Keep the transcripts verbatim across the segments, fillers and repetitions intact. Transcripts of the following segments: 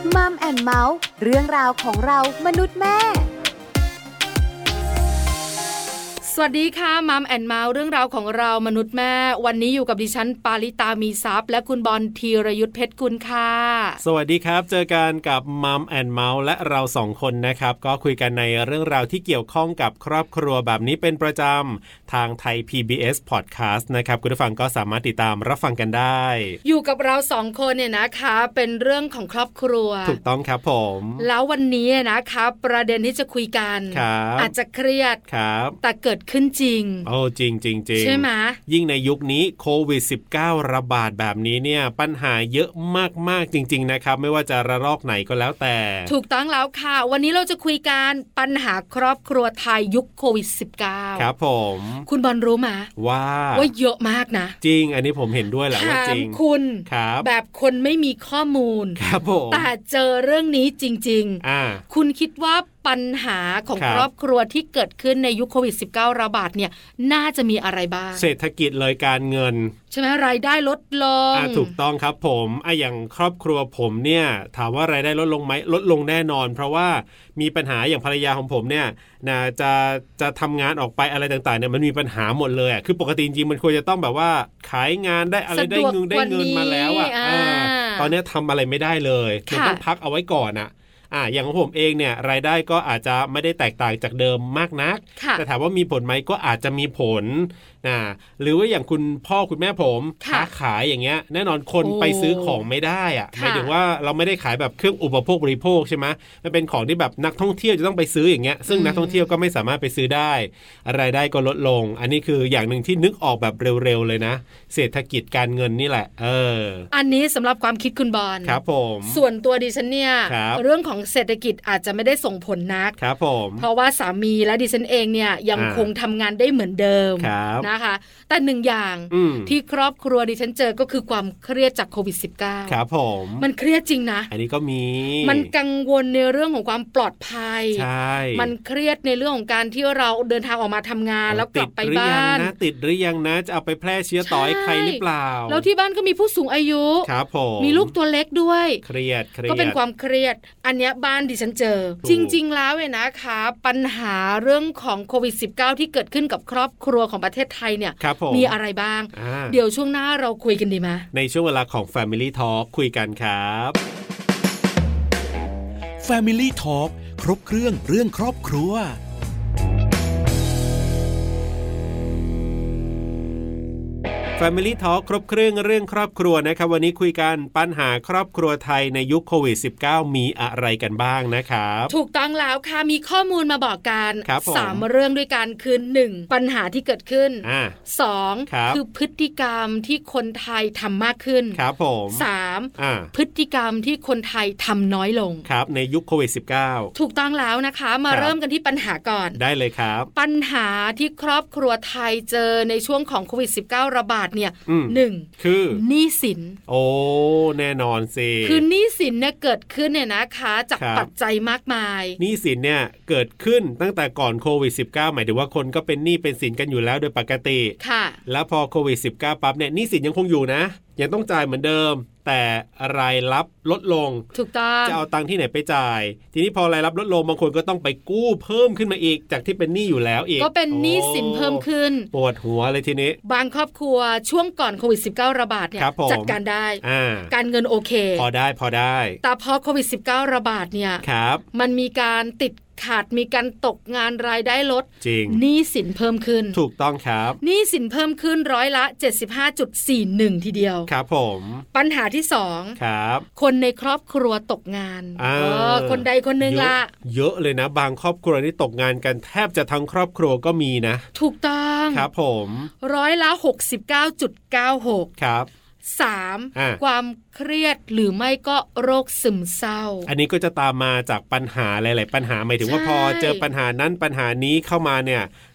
มัมแอนด์เมาส์เรื่องราวของเรามนุษย์แม่สวัสดีค่ะมัมแอนด์เมาส์เรื่องราวของเรามนุษย์แม่วันนี้อยู่กับดิฉันปาริตามีทรัพย์และคุณบอลธีรยุทธเพชรกุลค่ะสวัสดีครับเจอกันกับมัมแอนด์เมาส์และเราสองคนนะครับก็คุยกันในเรื่องราวที่เกี่ยวข้องกับครอบครัวแบบนี้เป็นประจำทางไทย พี บี เอส Podcast นะครับคุณผู้ฟังก็สามารถติดตามรับฟังกันได้อยู่กับเราสองคนเนี่ยนะคะเป็นเรื่องของครอบครัวถูกต้องครับผมแล้ววันนี้นะคะประเด็นที่จะคุยกันอาจจะเครียดครับแต่เกิดขึ้นจริงโอ้จริงจริงจริงใช่ไหมยิ่งในยุคนี้โควิด สิบเก้า ระบาดแบบนี้เนี่ยปัญหาเยอะมากๆจริงๆนะครับไม่ว่าจะระลอกไหนก็แล้วแต่ถูกต้องแล้วค่ะวันนี้เราจะคุยกันปัญหาครอบครัวไทยยุคโควิด สิบเก้าครับผมคุณบอลรู้ไหมว่าว่าเยอะมากนะจริงอันนี้ผมเห็นด้วยแหละว่าจริงคุณครับแบบคนไม่มีข้อมูลครับผมแต่เจอเรื่องนี้จริงๆอ่าคุณคิดว่าปัญหาของครอบครัวที่เกิดขึ้นในยุคโควิด สิบเก้า ระบาดเนี่ยน่าจะมีอะไรบ้างเศรษฐกิจเลยการเงินใช่ไหมรายได้ลดลงอ่าถูกต้องครับผมอ่ะอย่างครอบครัวผมเนี่ยถามว่ารายได้ลดลงไหมลดลงแน่นอนเพราะว่ามีปัญหาอย่างภรรยาของผมเนี่ยนะจะจะทำงานออกไปอะไรต่างๆเนี่ยมันมีปัญหาหมดเลยอ่ะคือปกติจริงๆมันควรจะต้องแบบว่าขายงานได้อะไรได้เงินได้เงินมาแล้วอ่ะตอนนี้ทำอะไรไม่ได้เลยมันต้องพักเอาไว้ก่อนอ่ะอ่าอย่างของผมเองเนี่ยรายได้ก็อาจจะไม่ได้แตกต่างจากเดิมมากนักแต่ถามว่ามีผลไหมก็อาจจะมีผลนะหรือว่าอย่างคุณพ่อคุณแม่ผมค้าขายอย่างเงี้ยแน่นอนคนไปซื้อของไม่ได้อะหมายถึงว่าเราไม่ได้ขายแบบเครื่องอุปโภคบริโภคใช่ไหมมันเป็นของที่แบบนักท่องเที่ยวจะต้องไปซื้ออย่างเงี้ยซึ่งนักท่องเที่ยวก็ไม่สามารถไปซื้อได้รายได้ก็ลดลงอันนี้คืออย่างหนึ่งที่นึกออกแบบเร็วๆเลยนะเศรษฐกิจการเงินนี่แหละเอออันนี้สำหรับความคิดคุณบอลครับผมส่วนตัวดิฉันเนี่ยเรื่องของเศรษฐกิจอาจจะไม่ได้ส่งผลนักครับผมเพราะว่าสามีและดิฉันเองเนี่ยยังคงทำงานได้เหมือนเดิมนะคะแต่หนึ่งอย่างที่ครอบครัวดิฉันเจอก็คือความเครียดจากโควิด สิบเก้าครับผมมันเครียดจริงนะอันนี้ก็มีมันกังวลในเรื่องของความปลอดภัยใช่มันเครียดในเรื่องของการที่เราเดินทางออกมาทำงานแล้วกลับไปบ้านนะติดหรือยังนะจะเอาไปแพร่เชื้อต่อให้ใครหรือเปล่าแล้วที่บ้านก็มีผู้สูงอายุครับผมมีลูกตัวเล็กด้วยเครียดเครียดก็เป็นความเครียดอันเนี้ยบ้านดิฉันเจอจริงๆแล้วเนี่ยนะคะปัญหาเรื่องของโควิด สิบเก้า ที่เกิดขึ้นกับครอบครัวของประเทศไทยเนี่ยมีอะไรบ้างเดี๋ยวช่วงหน้าเราคุยกันดีไหมในช่วงเวลาของ Family Talk คุยกันครับ Family Talk ครบเครื่องเรื่องครอบครัว Family Talk ครบเครื่องเรื่องครอบครัวนะครับวันนี้คุยกันปัญหาครอบครัวไทยในยุคโควิด สิบเก้า มีอะไรกันบ้างนะครับถูกต้องแล้วค่ะมีข้อมูลมาบอกกันสามเรื่องด้วยกันคือหนึ่งปัญหาที่เกิดขึ้นสองคือพฤติกรรมที่คนไทยทำมากขึ้นครับผมสามพฤติกรรมที่คนไทยทำน้อยลงครับในยุคโควิด สิบเก้าถูกต้องแล้วนะคะมาเริ่มกันที่ปัญหาก่อนได้เลยครับปัญหาที่ครอบครัวไทยเจอในช่วงของโควิด สิบเก้า ระบาดเนี่ยหนึ่งคือหนี้สินโอ้แน่นอนสิคือหนี้สินเนี่ยเกิดขึ้นเนี่ยนะคะจากปัจจัยมากมายหนี้สินเนี่ยเกิดขึ้นตั้งแต่ก่อนโควิด สิบเก้า หมายถึงว่าคนก็เป็นหนี้เป็นสินกันอยู่แล้วโดยปกติค่ะแล้วพอโควิด สิบเก้า ปั๊บเนี่ยหนี้สินยังคงอยู่นะยังต้องจ่ายเหมือนเดิมแต่รายรับลดลงถูกต้องจะเอาตังค์ที่ไหนไปจ่ายทีนี้พอรายรับลดลงบางคนก็ต้องไปกู้เพิ่มขึ้นมาอีกจากที่เป็นหนี้อยู่แล้วอีกก็เป็นหนี้สินเพิ่มขึ้นปวดหัวเลยทีนี้บางครอบครัวช่วงก่อนโควิด สิบเก้า ระบาดเนี่ยจัดการได้การเงินโอเคพอได้พอได้แต่พอโควิด สิบเก้า ระบาดเนี่ยมันมีการติดขาดมีการตกงานรายได้ลดจริงหนี้สินเพิ่มขึ้นถูกต้องครับหนี้สินเพิ่มขึ้นร้อยละ เจ็ดสิบห้าจุดสี่หนึ่ง ทีเดียวครับผมปัญหาที่สองครับคนในครอบครัวตกงานเออคนใดคนหนึ่งละเยอะเลยนะบางครอบครัวนี่ตกงานกันแทบจะทั้งครอบครัวก็มีนะถูกต้องครับผมร้อยละ หกสิบเก้าจุดเก้าหกครับสามความเครียดหรือไม่ก็โรคซึมเศร้าอันนี้ก็จะตามมาจากปัญหาหลายๆปัญหาหมายถึงว่าพอเจอปัญหานั้นปัญหานี้เข้ามาเนี่ย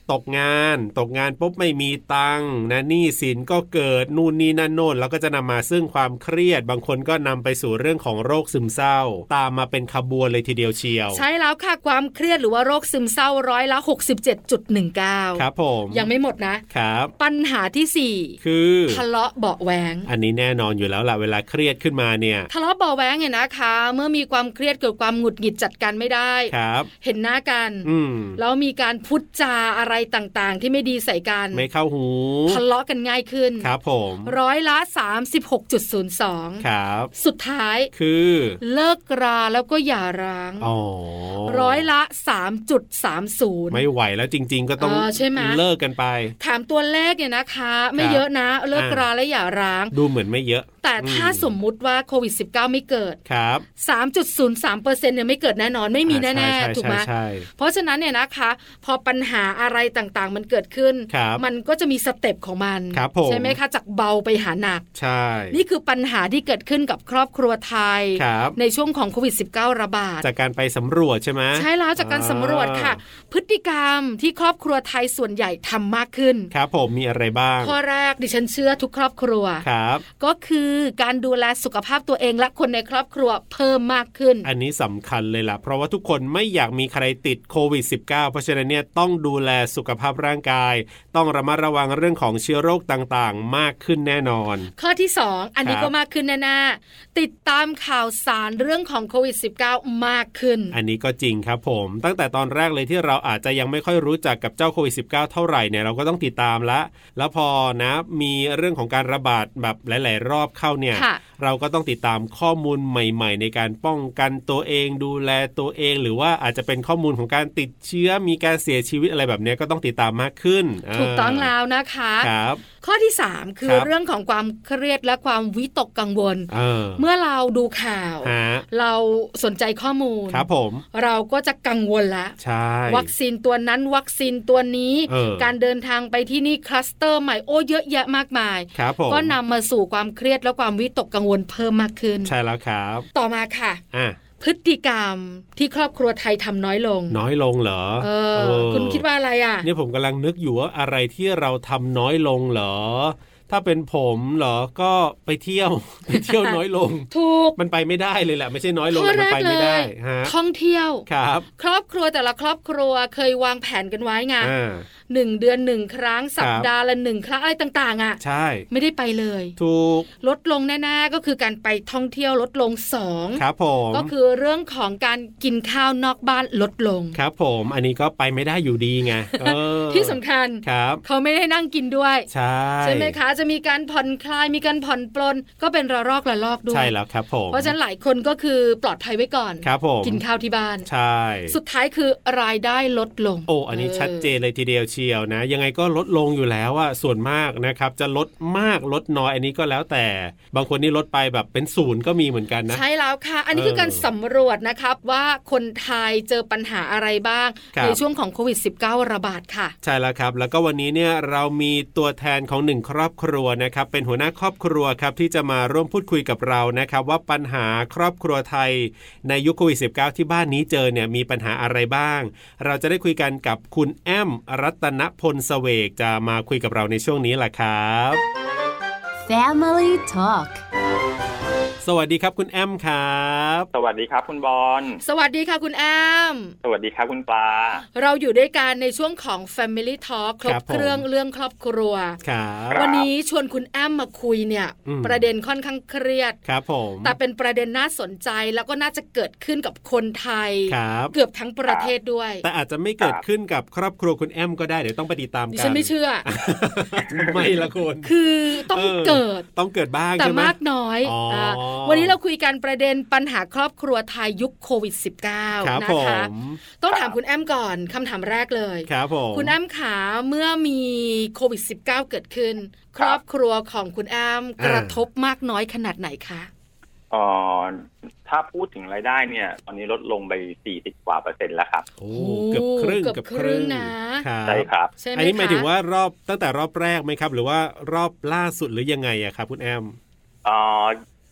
ตกงานตกงานปุ๊บไม่มีตังค์นะหนี้สินก็เกิดนู่นนี่นั่นโน่นแล้วก็จะนำมาซึ่งความเครียดบางคนก็นำไปสู่เรื่องของโรคซึมเศร้าตามมาเป็นขบวนเลยทีเดียวเชียวใช่แล้วค่ะความเครียดหรือว่าโรคซึมเศร้าร้อยละ หกสิบเจ็ดจุดหนึ่งเก้าครับผมยังไม่หมดนะครับปัญหาที่สี่คือทะเลาะเบาะแว้งอันนี้แน่นอนอยู่แล้วล่ะเวลาเครียดขึ้นมาเนี่ยทะเลาะเบาะแว้งเนี่ยนะคะเมื่อมีความเครียดเกิดความหงุดหงิดจัดการไม่ได้ครับเห็นหน้ากันแล้วมีการพูดจาอะไรต่างๆที่ไม่ดีใส่กันไม่เข้าหูทะเลาะกันง่ายขึ้นครับผมร้อยละ สามสิบหกจุดศูนย์สองครับสุดท้ายคือเลิกราแล้วก็หย่าร้างอ๋อร้อยละ สามจุดสามศูนย์ไม่ไหวแล้วจริงๆก็ต้องเลิกกันไปถามตัวเลขเนี่ยนะคะไม่เยอะนะเลิกราและหย่าร้างดูเหมือนไม่เยอะแต่ถ้าสมมุติว่าโควิด สิบเก้า ไม่เกิดครับสามจุดศูนย์สามเปอร์เซ็นต์ เนี่ยไม่เกิดแน่นอนไม่มีแน่ๆถูกมั้ยเพราะฉะนั้นเนี่ยนะคะพอปัญหาอะไรต่างๆมันเกิดขึ้นมันก็จะมีสเต็ปของมันใช่ไหมคะจากเบาไปหาหนักใช่นี่คือปัญหาที่เกิดขึ้นกับครอบครัวไทยในช่วงของโควิด สิบเก้า ระบาดจากการไปสำรวจใช่ไหมใช่แล้วจากการสำรวจค่ะพฤติกรรมที่ครอบครัวไทยส่วนใหญ่ทำมากขึ้นครับผมมีอะไรบ้างข้อแรกดิฉันเชื่อทุกครอบครัวครับก็คือการดูแลสุขภาพตัวเองและคนในครอบครัวเพิ่มมากขึ้นอันนี้สำคัญเลยล่ะเพราะว่าทุกคนไม่อยากมีใครติดโควิด สิบเก้า เพราะฉะนั้นเนี่ยต้องดูแลสุขภาพร่างกายต้องระมัดระวังเรื่องของเชื้อโรคต่างๆมากขึ้นแน่นอนข้อที่สองอันนี้ก็มากขึ้นแน่ๆติดตามข่าวสารเรื่องของโควิด สิบเก้า มากขึ้นอันนี้ก็จริงครับผมตั้งแต่ตอนแรกเลยที่เราอาจจะยังไม่ค่อยรู้จักกับเจ้าโควิด สิบเก้า เท่าไหร่เนี่ยเราก็ต้องติดตามละแล้วพอนะมีเรื่องของการระบาดแบบหลายๆรอบเข้าเนี่ยเราก็ต้องติดตามข้อมูลใหม่ๆในการป้องกันตัวเองดูแลตัวเองหรือว่าอาจจะเป็นข้อมูลของการติดเชื้อมีการเสียชีวิตอะไรแบบนี้ก็ต้องติดตามมากขึ้นถูกต้องแล้วนะคะครับข้อที่สามคือเรื่องของความเครียดและความวิตกกังวลเ, เมื่อเราดูข่าวเราสนใจข้อมูลครับผมเราก็จะกังวลละใช่วัคซีนตัวนั้นวัคซีนตัวนี้การเดินทางไปที่นี่คลัสเตอร์ใหม่โอ้เยอะแยะมากมายก็นำมาสู่ความเครียดและความวิตกกังวลเพิ่มมากขึ้นใช่แล้วครับต่อมาค่ะอ่ะพฤติกรรมที่ครอบครัวไทยทำน้อยลงน้อยลงเหรอเออคุณคิดว่าอะไรอ่ะเนี่ยผมกำลังนึกอยู่ว่าอะไรที่เราทำน้อยลงเหรอถ้าเป็นผมเหรอก็ไปเที่ยวไปเที่ยวน้อยลงถูกมันไปไม่ได้เลยแหละไม่ใช่น้อยลงมันไปไม่ได้ฮะท่องเที่ยวครับครอบครัวแต่ละครอบครัวเคยวางแผนกันไว้ไงหนึ่งเดือนหนึ่งครั้งสัปดาห์ละหนึ่งครั้งอะไรต่างๆอ่ะใช่ไม่ได้ไปเลยถูกลดลงแน่ๆก็คือการไปท่องเที่ยวลดลงสองครับผมก็คือเรื่องของการกินข้าวนอกบ้านลดลงครับผมอันนี้ก็ไปไม่ได้อยู่ดีไงที่สำคัญครับเขาไม่ได้นั่งกินด้วยใช่ใช่ไหมคะจะมีการผ่อนคลายมีการผ่อนปลนก็เป็นระลอกระลอกด้วยใช่แล้วครับผมเพราะฉะนั้นหลายคนก็คือปลอดภัยไว้ก่อนครับผมกินข้าวที่บ้านใช่สุดท้ายคือรายได้ลดลงโอ้อันนี้ชัดเจนเลยทีเดียวเชียวนะยังไงก็ลดลงอยู่แล้วอะส่วนมากนะครับจะลดมากลดน้อยอันนี้ก็แล้วแต่บางคนนี่ลดไปแบบเป็นศูนย์ก็มีเหมือนกันนะใช่แล้วค่ะอันนี้คือการสำรวจนะครับว่าคนไทยเจอปัญหาอะไรบ้างในช่วงของโควิด สิบเก้า ระบาดค่ะใช่แล้วครับแล้วก็วันนี้เนี่ยเรามีตัวแทนของหนึ่งครอบครัวนะครับเป็นหัวหน้าครอบครัวครับที่จะมาร่วมพูดคุยกับเรานะครับว่าปัญหาครอบครัวไทยในยุคโควิด สิบเก้า ที่บ้านนี้เจอเนี่ยมีปัญหาอะไรบ้างเราจะได้คุยกันกับคุณแอมรัตนพลเสวกจะมาคุยกับเราในช่วงนี้แหละครับ Family Talk สวัสดีครับคุณแอมครับสวัสดีครับคุณบอลสวัสดีค่ะคุณแอมสวัสดีครับคุณปลาเราอยู่ด้วยกันในช่วงของ Family Talk ครบเครื่องเรื่องครอบครัววันนี้ชวนคุณแอมมาคุยเนี่ยประเด็นค่อนข้างเครียดครับผมแต่เป็นประเด็นน่าสนใจแล้วก็น่าจะเกิดขึ้นกับคนไทยเกือบทั้งประเทศด้วยแต่อาจจะไม่เกิดขึ้นกับครอบครัวคุณแอมก็ได้เดี๋ยวต้องไปติดตามกันดิฉันไม่เชื่อไม่ละคุณคือต้องเกิดต้องเกิดบ้างแต่มากน้อยวันนี้เราคุยกันประเด็นปัญหาครอบครัวไทยยุคโควิด สิบเก้า นะคะต้องถามคุณแอมก่อนคำถามแรกเลยครับผมคุณแอมขาเมื่อมีโควิด สิบเก้า เกิดขึ้นครอบครัวของคุณแอมกระทบมากน้อยขนาดไหนคะอ๋อถ้าพูดถึงรายได้เนี่ยตอนนี้ลดลงไปสี่สิบกว่าเปอร์เซ็นต์แล้วครับโอ้เกือบครึ่งเกือบครึ่งนะใช่ครับอันนี้หมายถึงว่ารอบตั้งแต่รอบแรกไหมครับหรือว่ารอบล่าสุดหรือยังไงอะครับคุณแอมอ๋อ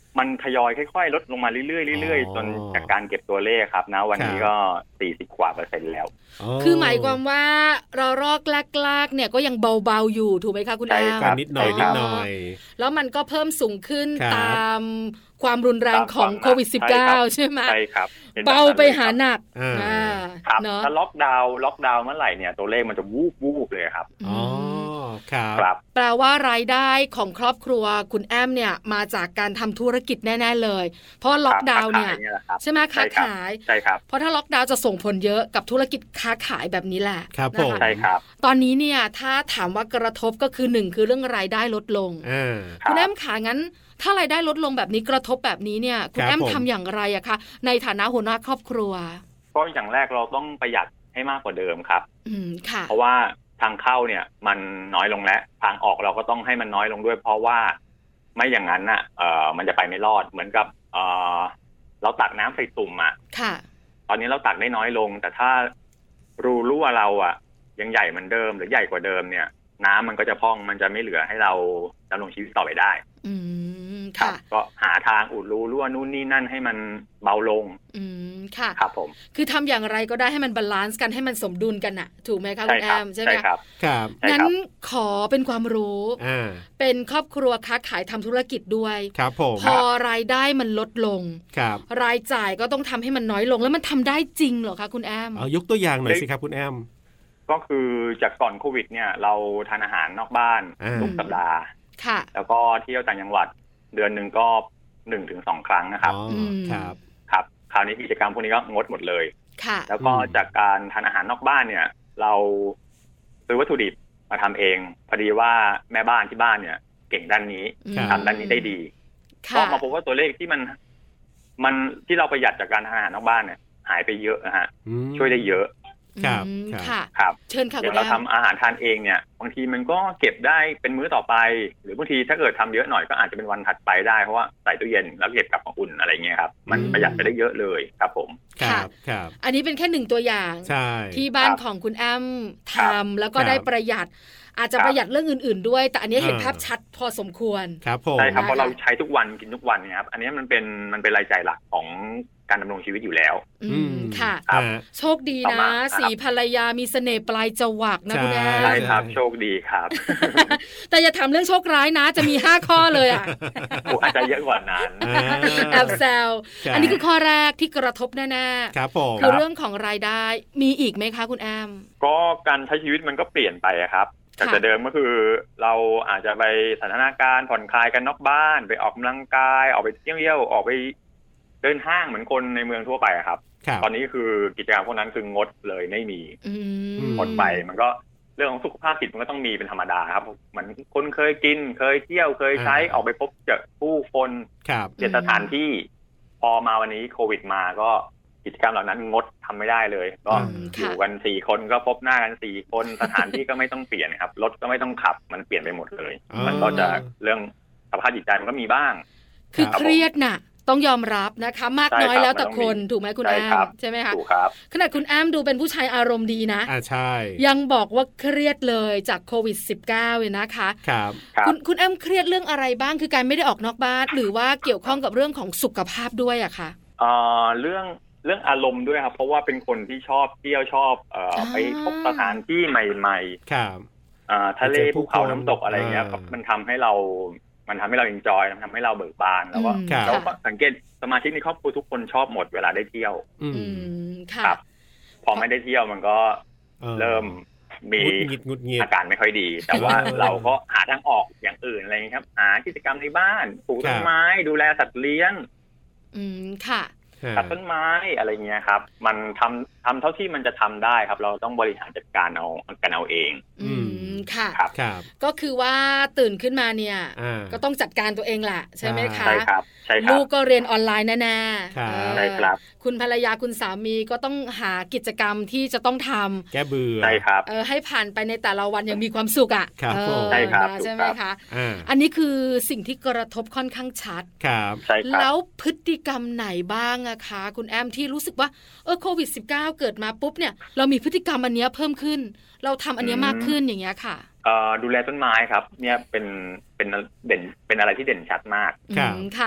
มันทยอยค่อยๆลดลงมาเรื่อยๆเรื่อยๆจนจากการเก็บตัวเลขครับนะวันนี้ก็สี่สิบกว่าเปอร์เซ็นต์แล้วคือหมายความว่าเรารอกแรกๆเนี่ยก็ยังเบาๆอยู่ถูกไหมคะคุณแอมนิดหน่อยนิดหน่อยแล้วมันก็เพิ่มสูงขึ้นตามความรุนแรงของโควิด สิบเก้า ใช่ไหมใช่ครับเบาไปหาหนักเนาะถ้าล็อกดาวน์ล็อกดาวน์เมื่อไหร่เนี่ยตัวเลขมันจะวูบวูบเลยครับอ๋อครับแปลว่ารายได้ของครอบครัวคุณแอมเนี่ยมาจากการทำธุรกิจแน่ๆเลยเพราะล็อกดาวน์เนี่ยใช่ไหมค้าขายใช่ครับเพราะถ้าล็อกดาวน์จะส่งผลเยอะกับธุรกิจค้าขายแบบนี้แหละครับผมใช่ครับตอนนี้เนี่ยถ้าถามว่ากระทบก็คือหนึ่งคือเรื่องรายได้ลดลงคุณแอมขางั้นถ้ารายได้ลดลงแบบนี้กระทบแบบนี้เนี่ยคุณแอมทำอย่างไรอะคะในฐานะหัวหน้าครอบครัวก็อย่างแรกเราต้องประหยัดให้มากกว่าเดิมครับอืมค่ะเพราะว่าทางเข้าเนี่ยมันน้อยลงแล้วทางออกเราก็ต้องให้มันน้อยลงด้วยเพราะว่าไม่อย่างนั้นน่ะเอ่อมันจะไปไม่รอดเหมือนกับเอ่อเราตักน้ำใส่ตุ่มอ่ะค่ะตอนนี้เราตักได้น้อยลงแต่ถ้ารูรั่วเราอ่ะยังใหญ่เหมือนเดิมหรือใหญ่กว่าเดิมเนี่ยน้ำมันก็จะพองมันจะไม่เหลือให้เราดำรงชีวิตต่อไปได้อืมค่ะก็หาทางอุดรูรั่วนู่นนี่นั่นให้มันเบาลงอืมค่ะครับผมคือทำอย่างไรก็ได้ให้มันบาลานซ์กันให้มันสมดุลกันน่ะถูกไหมคะคุณแอมใช่ไหมครับครับงั้นขอเป็นความรู้เป็นครอบครัวค้าขายทำธุรกิจด้วยครับผมพอรายได้มันลดลงครับรายจ่ายก็ต้องทำให้มันน้อยลงแล้วมันทำได้จริงเหรอคะคุณแอมเอายกตัวอย่างหน่อยสิครับคุณแอมก็คือจากก่อนโควิดเนี่ยเราทานอาหารนอกบ้านทุกสัปดาห์ค่ะแล้วก็เที่ยวต่างจังหวัดเดือนหนึ่งก็หนึ่งถึงสองครั้งนะครับครับครับคราวนี้กิจกรรมพวกนี้ก็งดหมดเลยค่ะแล้วก็จากการทานอาหารนอกบ้านเนี่ยเราซื้อวัตถุดิบมาทำเองพอดีว่าแม่บ้านที่บ้านเนี่ยเก่งด้านนี้ทำด้านนี้ได้ดีก็มาพบว่าตัวเลขที่มันมันที่เราประหยัดจากการทานอาหารนอกบ้านเนี่ยหายไปเยอะนะฮะช่วยได้เยอะครับค่ะครับเชิญค่ะเดี๋ยวเราทำอาหารทานเองเนี่ยบางทีมันก็เก็บได้เป็นมื้อต่อไปหรือบางทีถ้าเกิดทำเยอะหน่อยก็อาจจะเป็นวันถัดไปได้เพราะว่าใส่ตู้เย็นแล้วเก็บกลับมาอุ่นอะไรเงี้ยครับมันประหยัดไปได้เยอะเลยครับผมครับครับอันนี้เป็นแค่หนึ่งตัวอย่างที่บ้านของคุณแอมทำแล้วก็ได้ประหยัดอาจจะประหยัดเรื่องอื่นๆด้วยแต่อันนี้เห็นภาพชัดพอสมควรครับผมใช่ครับเพราะเราใช้ทุกวันกินทุกวันเนี่ยครับอันนี้มันเป็นมันเป็นรายจ่ายหลักของการดำรงชีวิตอยู่แล้วอืมค่ะโชคดีนะสีภรรยามีเสน่ห์ปลายจวักนะคุณแอมใช่ครับโชคดีครับแต่อย่าถามเรื่องโชคร้ายนะจะมีห้าข้อเลยอ่ะอาจจะเยอะกว่านั้นแอบแซวอันนี้คือข้อแรกที่กระทบแน่ๆครับผมคือเรื่องของรายได้มีอีกไหมคะคุณแอมก็การใช้ชีวิตมันก็เปลี่ยนไปครับจากแต่เดิมก็คือเราอาจจะไปสถานการณ์ผ่อนคลายกันนอกบ้านไปออกกำลังกายออกไปเที่ยวออกไปเดินห้างเหมือนคนในเมืองทั่วไปครับตอนนี้คือกิจกรรมพวกนั้นคืองดเลยไม่มีหมดไปมันก็เรื่องของสุขภาพจิตมันก็ต้องมีเป็นธรรมดาครับเหมือนคนเคยกินเคยเที่ยวเคยใช้ออกไปพบเจอผู้คนเจอสถานที่พอมาวันนี้โควิดมาก็กิจกรรมเหล่านั้นงดทำไม่ได้เลยก็อยู่กันสี่คนก็พบหน้ากันสี่คนสถานที่ก็ไม่ต้องเปลี่ยนครับรถก็ไม่ต้องขับมันเปลี่ยนไปหมดเลยมันก็จะเรื่องสภาพจิตใจมันก็มีบ้างคือเครียดน่ะต้องยอมรับนะคะมากน้อยแล้วแต่คนถูกไหมคุณแอมใช่ไหมคะถูกครับขนาดคุณแอมดูเป็นผู้ชายอารมณ์ดีนะอ่าใช่ยังบอกว่าเครียดเลยจากโควิด สิบเก้า เลยนะคะครับคุณคุณแอมเครียดเรื่องอะไรบ้างคือการไม่ได้ออกนอกบ้านหรือว่าเกี่ยวข้องกับเรื่องของสุขภาพด้วยอะคะเอ่อเรื่องเรื่องอารมณ์ด้วยครับเพราะว่าเป็นคนที่ชอบเที่ยวชอบเอ่อไปพบสถานที่ใหม่ๆครับอ่าทะเลภูเขาน้ำตกอะไรเงี้ยมันทำให้เรามันทำให้เราเอนจอยมันทำให้เราเบิกบานแล้วก็แล้วก็สังเกตสมาชิกในครอบครัวทุกคนชอบหมดเวลาได้เที่ยวอืมครับพอไม่ได้เที่ยวมันก็เริ่มมีอาการไม่ค่อยดีแต่ว่าเราก็หาทางออกอย่างอื่นอะไรอย่างนี้ครับหากิจกรรมในบ้านปลูกต้นไม้ดูแลสัตว์เลี้ยงอืมค่ะตัดต้นไม้อะไรเงี้ยครับมันทำทำเท่าที่มันจะทำได้ครับเราต้องบริหารจัดการเอากันเอาเองอืมค่ะครับก็คือว่าตื่นขึ้นมาเนี่ยก็ต้องจัดการตัวเองแหละใช่ไหมคะใช่ครับใช่ครับลูกก็เรียนออนไลน์แน่ๆใช่ครับคุณภรรยาคุณสามีก็ต้องหากิจกรรมที่จะต้องทำแก้เบื่อใช่ครับเออให้ผ่านไปในแต่ละวันอย่างมีความสุขอ่ะใช่ครับใช่ไหมคะอันนี้คือสิ่งที่กระทบค่อนข้างชัดครับใช่ครับแล้วพฤติกรรมไหนบ้างอะคะคุณแอมที่รู้สึกว่าเออโควิด สิบเก้า เกิดมาปุ๊บเนี่ยเรามีพฤติกรรมอันเนี้ยเพิ่มขึ้นเราทำอันเนี้ยมากขึ้นอย่างเงี้ยค่ะเอ่อดูแลต้นไม้ครับเนี่ยเป็นเป็นเด่นเป็นอะไรที่เด่นชัดมากครับค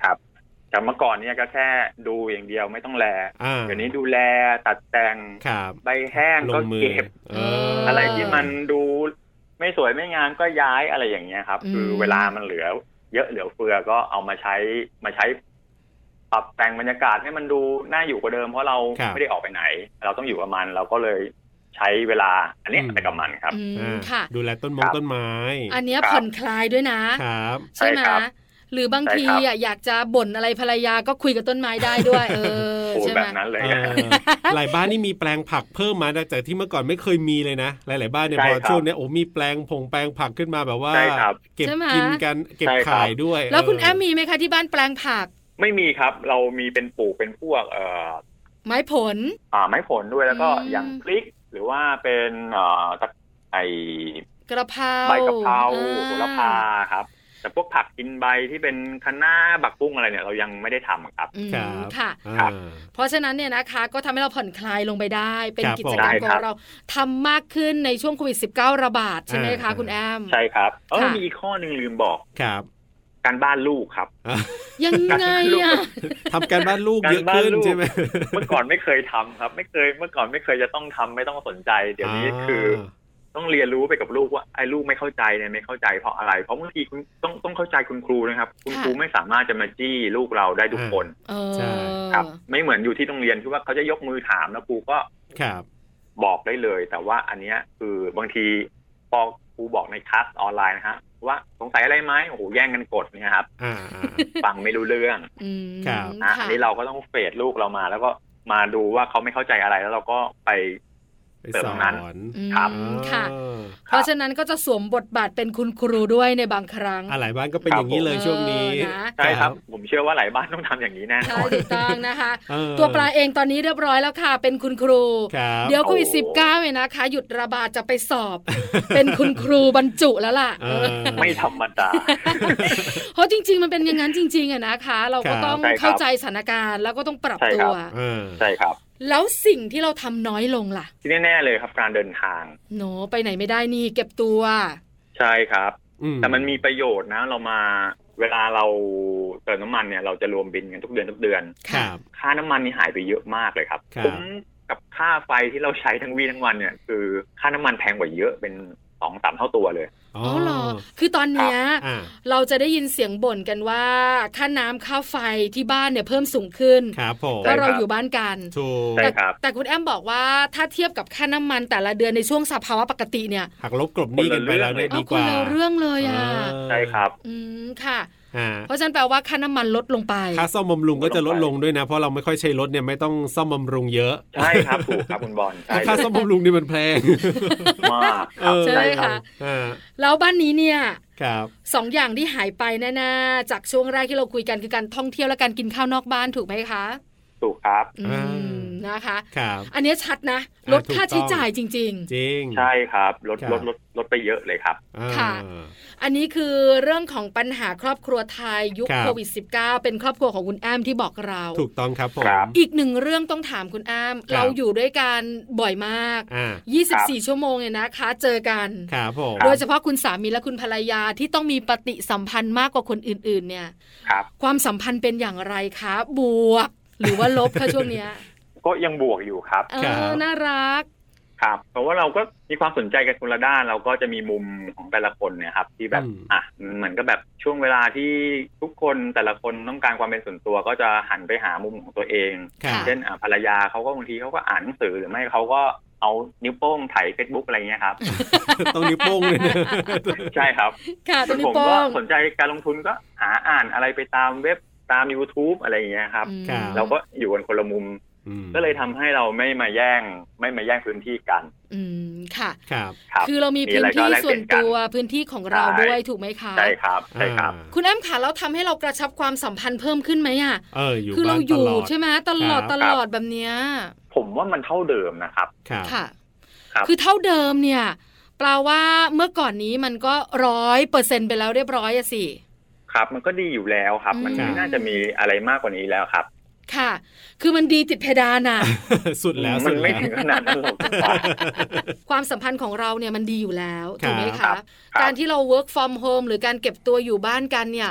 ครับแต่เมื่อก่อนเนี่ยก็แค่ดูอย่างเดียวไม่ต้องแลเดี๋ยวนี้ดูแลตัดแต่งใบแห้งก็เก็บอะไรที่มันดูไม่สวยไม่งามก็ย้ายอะไรอย่างเงี้ยครับคือเวลามันเหลือเยอะเหลือเฟือก็เอามาใช้มาใช้ปรับแต่งบรรยากาศให้มันดูน่าอยู่กว่าเดิมเพราะเราไม่ได้ออกไปไหนเราต้องอยู่กับมันเราก็เลยใช้เวลาอันนี้ไปกับมันครับดูแลต้นมงต้นไม้อันนี้ผ่อนคลายด้วยนะครับใช่ไหมหรือบางทีอ่ะอยากจะบ่นอะไรภรรยาก็คุยกับต้นไม้ได้ด้วยเออใช่ไหมแบบนั้นเลยหลายบ้านนี่มีแปลงผักเพิ่มมาจากที่เมื่อก่อนไม่เคยมีเลยนะหลายๆบ้านเนี่ยพอช่วงนี้โอ้มีแปลงผงแปลงผักขึ้นมาแบบว่าเก็บกินกันเก็บขายด้วยแล้วคุณแอมมีไหมคะที่บ้านแปลงผักไม่มีครับเรามีเป็นปลูกเป็นพวกเอ่อไม้ผลอ่าไม้ผลด้วยแล้วก็อย่างพริกหรือว่าเป็นเอ่อไอกระเพราใบกระเพราโหระพาครับแต่พวกผักกินใบที่เป็นคะน้าบักบุ้งอะไรเนี่ยเรายังไม่ได้ทำครับค่ะเพราะฉะนั้นเนี่ยนะคะก็ทำให้เราผ่อนคลายลงไปได้เป็นกิจกรรมของเราทำมากขึ้นในช่วงโควิด สิบเก้า ระบาดใช่ไหมคะคุณแอมใช่ครับเออมีอีกข้อนึงลืมบอกครับการบ้านลูกครับยังไงอ่ะทำการบ้านลูกเยอะขึ้นใช่ไหมเมื่อก่อนไม่เคยทำครับไม่เคยเมื่อก่อนไม่เคยจะต้องทำไม่ต้องสนใจเดี๋ยวนี้คือต้องเรียนรู้ไปกับลูกว่าไอ้ลูกไม่เข้าใจเนี่ยไม่เข้าใจเพราะอะไรเพราะบางทีคุณต้องต้องเข้าใจคุณครูนะครับคุณครูไม่สามารถจะมาจี้ลูกเราได้ทุกคนใช่ครับไม่เหมือนอยู่ที่โรงเรียนที่ว่าเขาจะยกมือถามแล้วครูก็บอกได้เลยแต่ว่าอันนี้คือบางทีพอครูบอกในคลาสออนไลน์นะฮะว่าสงสัยอะไรไหมโอ้โหแย่งกันกดเนี่ยครับฟังไม่รู้เรื่องอันนี้เราก็ต้องเฟดลูกเรามาแล้วก็มาดูว่าเขาไม่เข้าใจอะไรแล้วเราก็ไปเติมนั้นครับค่ะเพราะฉะนั้นก็จะสวมบทบาทเป็นคุณครูด้วยในบางครั้งหลายบ้านก็เป็นอย่างนี้เลยช่วงนี้ใช่ครับผมเชื่อว่าหลายบ้านต้องทำอย่างนี้แน่ใช่ถูกต้องนะคะตัวปลาเองตอนนี้เรียบร้อยแล้วค่ะเป็นคุณครูเดี๋ยวโควิด สิบเก้า เนี่ยนะคะหยุดระบาดจะไปสอบเป็นคุณครูบรรจุแล้วล่ะไม่ธรรมดาเพราะจริงๆมันเป็นอย่างนั้นจริงๆอะนะคะเราก็ต้องเข้าใจสถานการณ์แล้วก็ต้องปรับตัวใช่ครับแล้วสิ่งที่เราทำน้อยลงล่ะที่แน่ๆเลยครับการเดินทางโหไปไหนไม่ได้นี่เก็บตัวใช่ครับแต่มันมีประโยชน์นะเรามาเวลาเราเติมน้ำมันเนี่ยเราจะรวมบินกันทุกเดือนทุกเดือนค่าน้ำมันนี่หายไปเยอะมากเลยครับคุ้มกับค่าไฟที่เราใช้ทั้งวี่ทั้งวันเนี่ยคือค่าน้ำมันแพงกว่าเยอะเป็นสองสามเท่าตัวเลยอ๋อเหรอคือตอนเนี้ยเราจะได้ยินเสียงบ่นกันว่าค่าน้ำค่าไฟที่บ้านเนี่ยเพิ่มสูงขึ้นเพราะเราอยู่บ้านกันแต่แต่คุณแอมบอกว่าถ้าเทียบกับค่าน้ำมันแต่ละเดือนในช่วงสภาวะปกติเนี่ยหักลบกลบหนี้กันไปแล้วเนี่ยดีกว่าเรื่องเลยอ่ะใช่ครับอืมค่ะเพราะฉะนั้นแปลว่าค่าน้ำมันลดลงไปค่าซ่อมบำรุงก็จะลดลงด้วยนะเพราะเราไม่ค่อยใช้รถเนี่ยไม่ต้องซ่อมบำรุงเยอะใช่ครับถูกครับคุณบอลค่าซ่อมบำรุงนี่มันแพงมากใช่ค่ะแล้วบ้านนี้เนี่ยครับสองอย่างที่หายไปแน่ๆจากช่วงแรกที่เราคุยกันคือการท่องเที่ยวและการกินข้าวนอกบ้านถูกไหมคะถูกครับนะคะอันนี้ชัดนะลดค่าใช้จ่ายจริงๆจริงใช่ครับลดลดลดลดไปเยอะเลยครับค่ะอันนี้คือเรื่องของปัญหาครอบครัวไทยยุคโควิด สิบเก้า เป็นครอบครัวของคุณแอมที่บอกเราถูกต้องครับผมอีกหนึ่งเรื่องต้องถามคุณแอมเราอยู่ด้วยกันบ่อยมากยี่สิบสี่ชั่วโมงเนี่ยนะคะเจอกันครับผมโดยเฉพาะคุณสามีและคุณภรรยาที่ต้องมีปฏิสัมพันธ์มากกว่าคนอื่นๆเนี่ยความสัมพันธ์เป็นอย่างไรคะบวกหรือว่าลบคะช่วงเนี้ยก็ยังบวกอยู่ครับเออน่ารักครับเพราะว่าเราก็มีความสนใจกันคนละด้านเราก็จะมีมุมของแต่ละคนเนี่ยครับที่แบบอ่ะเหมือนกับแบบช่วงเวลาที่ทุกคนแต่ละคนต้องการความเป็นส่วนตัวก็จะหันไปหามุมของตัวเองเช่นอ่ะภรรยาเขาก็บางทีเขาก็อ่านหนังสือหรือไม่เขาก็เอานิ้วโป้งถ่าย Facebook อะไรเงี้ยครับต้องนิ้วโป้งเลยนะใช่ครับค่ะต้องนิ้วโป้งผมก็สนใจการลงทุนก็หาอ่านอะไรไปตามเว็บตาม YouTube อะไรอย่างเงี้ยครับเราก็อยู่กันคนละมุมก็เลยทำให้เราไม่มาแย่งไม่มาแย่งพื้นที่กันอืมค่ะครับคือเรามีพื้นที่ส่วนตัวพื้นที่ของเราด้วยถูกไหมคะใช่ครับใช่ครับคุณแอมค่ะแล้วทำให้เรากระชับความสัมพันธ์เพิ่มขึ้นไหมอ่ะเอออยู่คือเราอยู่ใช่ไหมตลอดตลอดแบบเนี้ยผมว่ามันเท่าเดิมนะครับค่ะคือเท่าเดิมเนี่ยแปลว่าเมื่อก่อนนี้มันก็ร้อยเปอร์เซ็นต์ไปแล้วเรียบร้อยอะสิครับมันก็ดีอยู่แล้วครับมันไม่น่าจะมีอะไรมากกว่านี้แล้วครับค่ะคือมันดีติดเพดานน่ะสุดแล้วมันไม่ถึงขนาดนั้นหรอกความสัมพันธ์ของเราเนี่ยมันดีอยู่แล้วถูกไหมคะการที่เรา work from home หรือการเก็บตัวอยู่บ้านกันเนี่ย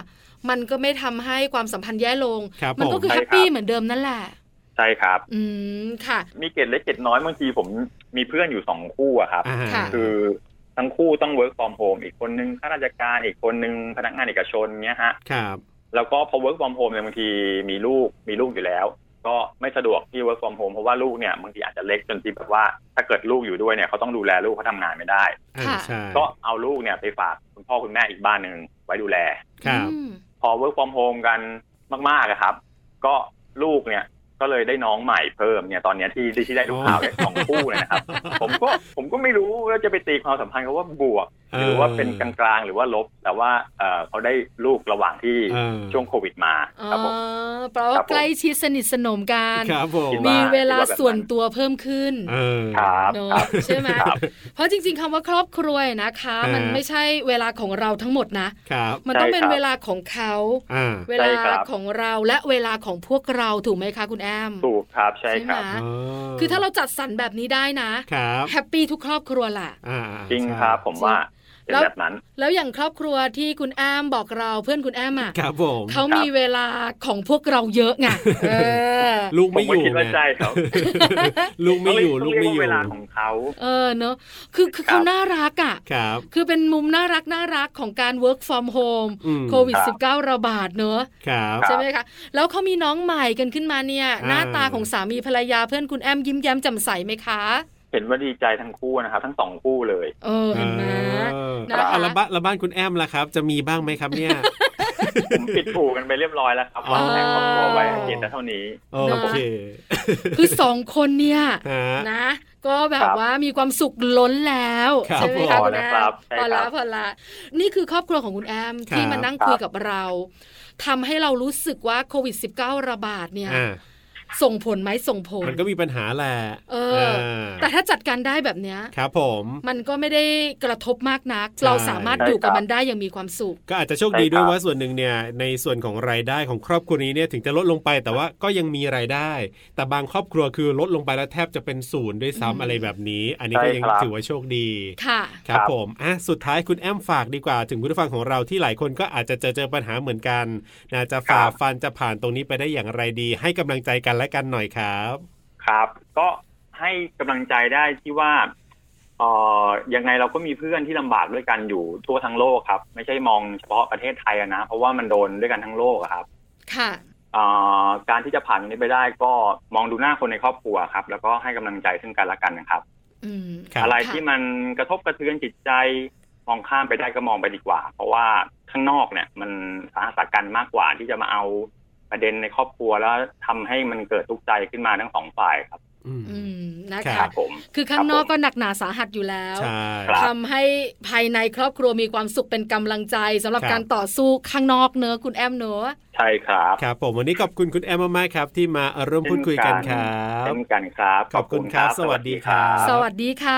มันก็ไม่ทำให้ความสัมพันธ์แย่ลงมันก็คือแฮปปี้เหมือนเดิมนั่นแหละใช่ครับอืมค่ะมีเกร็ดเล็กเกร็ดน้อยบางทีผมมีเพื่อนอยู่สองคู่อะครับคือทั้งคู่ต้อง work from home อีกคนนึงข้าราชการอีกคนนึงพนักงานเอกชนเงี้ยฮะครับแล้วก็พอ work from home เนี่ยบางทีมีลูกมีลูกอยู่แล้วก็ไม่สะดวกที่ work from home เพราะว่าลูกเนี่ยบางทีอาจจะเล็กจนที่แบบว่าถ้าเกิดลูกอยู่ด้วยเนี่ยเขาต้องดูแลลูกเขาทำงานไม่ได้ก็เอาลูกเนี่ยไปฝากคุณพ่อคุณแม่อีกบ้านนึงไว้ดูแลครับพอ work from home กันมากๆครับก็ลูกเนี่ยก็เลยได้น้องใหม่เพิ่มเนี่ยตอนนี้ที่ที่ได้ลูกข่าวเนี่ยสองคู่เลยนะครับผมก็ผมก็ไม่รู้ว่าจะไปตีความสัมพันธ์เขาว่าบวกหรือว่าเป็นกลางๆหรือว่าลบแต่ว่าเอ่อเขาได้ลูกระหว่างที่ช่วงโควิดมาครับผมเพราะว่าใกล้ชิดสนิทสนมกันมีเวลาส่วนตัวเพิ่มขึ้นครับใช่ไหมเพราะจริงๆคำว่าครอบครัวนะคะมันไม่ใช่เวลาของเราทั้งหมดนะมันต้องเป็นเวลาของเขาเวลาของเราและเวลาของพวกเราถูกไหมคะคุณแอมถูกครับใช่ครับคือถ้าเราจัดสรรแบบนี้ได้นะแฮปปี้ทุกครอบครัวแหละจริงครับผมว่าแล้วแล้วอย่างครอบครัวที่คุณแอมบอกเราเพื่อนคุณแอมอ่ะเขามีเวลาของพวกเราเยอะไงลูกไม่อยู่คิดว่าใช่เขาลูกไม่อยู่ลูกไม่อยู่เวลาของเขาเออเนอะคือคือเขาน่ารักอ่ะคือเป็นมุมน่ารักน่ารักของการ work from home โควิด สิบเก้า ระบาดเนอะใช่ไหมคะแล้วเขามีน้องใหม่กันขึ้นมาเนี่ยหน้าตาของสามีภรรยาเพื่อนคุณแอมยิ้มแย้มแจ่มใสไหมคะเห็นว่าดีใจทั้งคู่นะครับทั้งสองคู่เลยเออเห็นไหมนะคะแล้วบ้านแล้วบ้านคุณแอมล่ะครับจะมีบ้างไหมครับเนี่ยผมปิดผูกกันไปเรียบร้อยแล้วครับวางแผนครอบครัวไว้เห็นแต่เท่านี้โอเคคือสองคนเนี่ยนะก็แบบว่ามีความสุขล้นแล้วใช่ไหมคะคุณแอมพอละพอละนี่คือครอบครัวของคุณแอมที่มานั่งคุยกับเราทำให้เรารู้สึกว่าโควิด สิบเก้า ระบาดเนี่ยส่งผลไหมส่งผลมันก็มีปัญหาแหละเออแต่ถ้าจัดการได้แบบเนี้ยครับผมมันก็ไม่ได้กระทบมากนักเราสามารถอยู่กับมันได้อย่างมีความสุขก็อาจจะโชคดีด้วยว่าส่วนหนึ่งเนี่ยในส่วนของรายได้ของครอบครัวนี้เนี่ยถึงจะลดลงไปแต่ว่าก็ยังมีรายได้แต่บางครอบครัวคือลดลงไปแล้วแทบจะเป็นศูนย์ด้วยซ้ำอะไรแบบนี้อันนี้ก็ยังถือว่าโชคดีค่ะครับผมอ่ะสุดท้ายคุณแอมฝากดีกว่าถึงผู้ฟังของเราที่หลายคนก็อาจจะเจอเจอปัญหาเหมือนกันน่าจะฝ่าฟันจะผ่านตรงนี้ไปได้อย่างไรดีให้กำลังใจกันและกันหน่อยครับครับก็ให้กำลังใจได้ที่ว่าเอ่อยังไงเราก็มีเพื่อนที่ลำบากด้วยกันอยู่ทั่วทั้งโลกครับไม่ใช่มองเฉพาะประเทศไทยนะเพราะว่ามันโดนด้วยกันทั้งโลกครับค่ะเอ่อการที่จะผ่านนี้ไปได้ก็มองดูหน้าคนในครอบครัวครับแล้วก็ให้กำลังใจซึ่งกันและกันนะครับอืมอะไรที่มันกระทบกระเทือนจิตใจมองข้ามไปได้ก็มองไปดีกว่าเพราะว่าข้างนอกเนี่ยมันสาหัสกันมากกว่าที่จะมาเอาประเด็นในครอบครัวแล้วทำให้มันเกิดทุกข์ใจขึ้นมาทั้งสองฝ่ายครับอืมนะคะคือข้างนอกก็หนักหนาสาหัสอยู่แล้วทำให้ภายในครอบครัวมีความสุขเป็นกำลังใจสำหรับการต่อสู้ข้างนอกเนอะคุณแอมเนอะใช่ครับครับผมวันนี้ขอบคุณคุณแอมมากๆครับที่มาร่วมพูดคุยกันครับเช่นกันครับขอบคุณครับสวัสดีครับสวัสดีค่ะ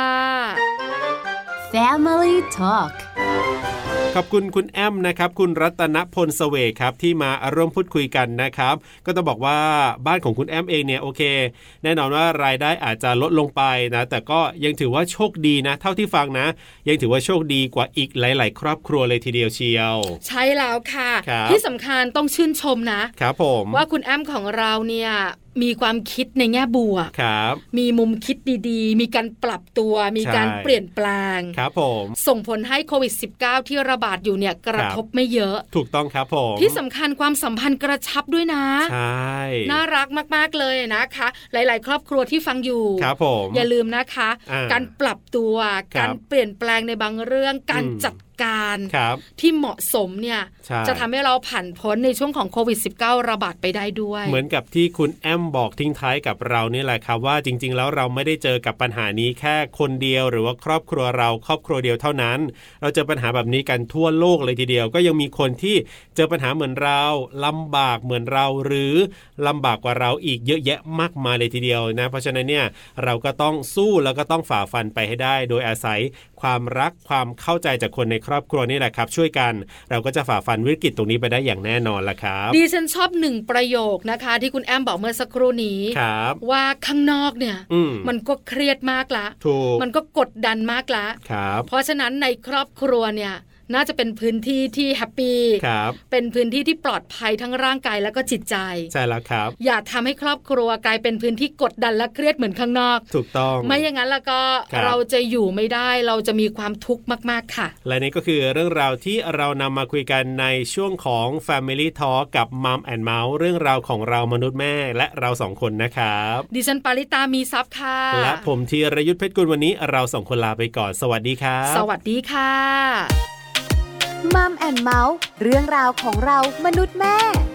Family Talk ขอบคุณคุณแอมนะครับคุณรัตนพลเสวกครับที่มาร่วมพูดคุยกันนะครับก็ต้องบอกว่าบ้านของคุณแอมเองเนี่ยโอเคแน่นอนว่ารายได้อาจจะลดลงไปนะแต่ก็ยังถือว่าโชคดีนะเท่าที่ฟังนะยังถือว่าโชคดีกว่าอีกหลายๆครอบครัวเลยทีเดียวเชียวใช่แล้วค่ะที่สำคัญต้องชื่นชมนะครับผมว่าคุณแอมของเราเนี่ยมีความคิดในแง่บวกครับมีมุมคิดดีๆมีการปรับตัวมีการเปลี่ยนแปลงครับผมส่งผลให้โควิด สิบเก้า ที่ระบาดอยู่เนี่ยกระทบไม่เยอะถูกต้องครับผมที่สำคัญความสัมพันธ์กระชับด้วยนะใช่น่ารักมากๆเลยนะคะหลายๆครอบครัวที่ฟังอยู่ครับผมอย่าลืมนะคะการปรับตัวการเปลี่ยนแปลงในบางเรื่องการจัดการที่เหมาะสมเนี่ยจะทำให้เราผ่านพ้นในช่วงของโควิด สิบเก้า ระบาดไปได้ด้วยเหมือนกับที่คุณแอมบอกทิ้งท้ายกับเรานี่แหละครับว่าจริงๆแล้วเราไม่ได้เจอกับปัญหานี้แค่คนเดียวหรือว่าครอบครัวเราครอบครัวเดียวเท่านั้นเราเจอปัญหาแบบนี้กันทั่วโลกเลยทีเดียวก็ยังมีคนที่เจอปัญหาเหมือนเราลำบากเหมือนเราหรือลำบากกว่าเราอีกเยอะแยะมากมายเลยทีเดียวนะเพราะฉะนั้นเนี่ยเราก็ต้องสู้แล้วก็ต้องฝ่าฟันไปให้ได้โดยอาศัยความรักความเข้าใจจากคนในครอบครัวนี่แหละครับช่วยกันเราก็จะฝ่าฟันวิกฤตตรงนี้ไปได้อย่างแน่นอนละครับดิฉันชอบหนึ่งประโยคนะคะที่คุณแอมบอกเมื่อสักครู่นี้ว่าข้างนอกเนี่ยมมันก็เครียดมากละมันก็กดดันมากละเพราะฉะนั้นในครอบครัวเนี่ยน่าจะเป็นพื้นที่ที่แฮปปี้ครับเป็นพื้นที่ที่ปลอดภัยทั้งร่างกายแล้วก็จิตใจใช่แล้วครับอย่าทำให้ครอบครัวกลายเป็นพื้นที่กดดันและเครียดเหมือนข้างนอกถูกต้องไม่อย่างนั้นแล้วก็เราจะอยู่ไม่ได้เราจะมีความทุกข์มากๆค่ะและนี่ก็คือเรื่องราวที่เรานำมาคุยกันในช่วงของ Family Talk กับ Mom and Mouse เรื่องราวของเรามนุษย์แม่และเราสองคนนะครับดิฉันปาริตามีซับค่ะและผมธีรยุทธเพชรกุลวันนี้เราสองคนลาไปก่อนสวัสดีครับสวัสดีค่ะ Mom and Mouse เรื่องราวของเรามนุษย์แม่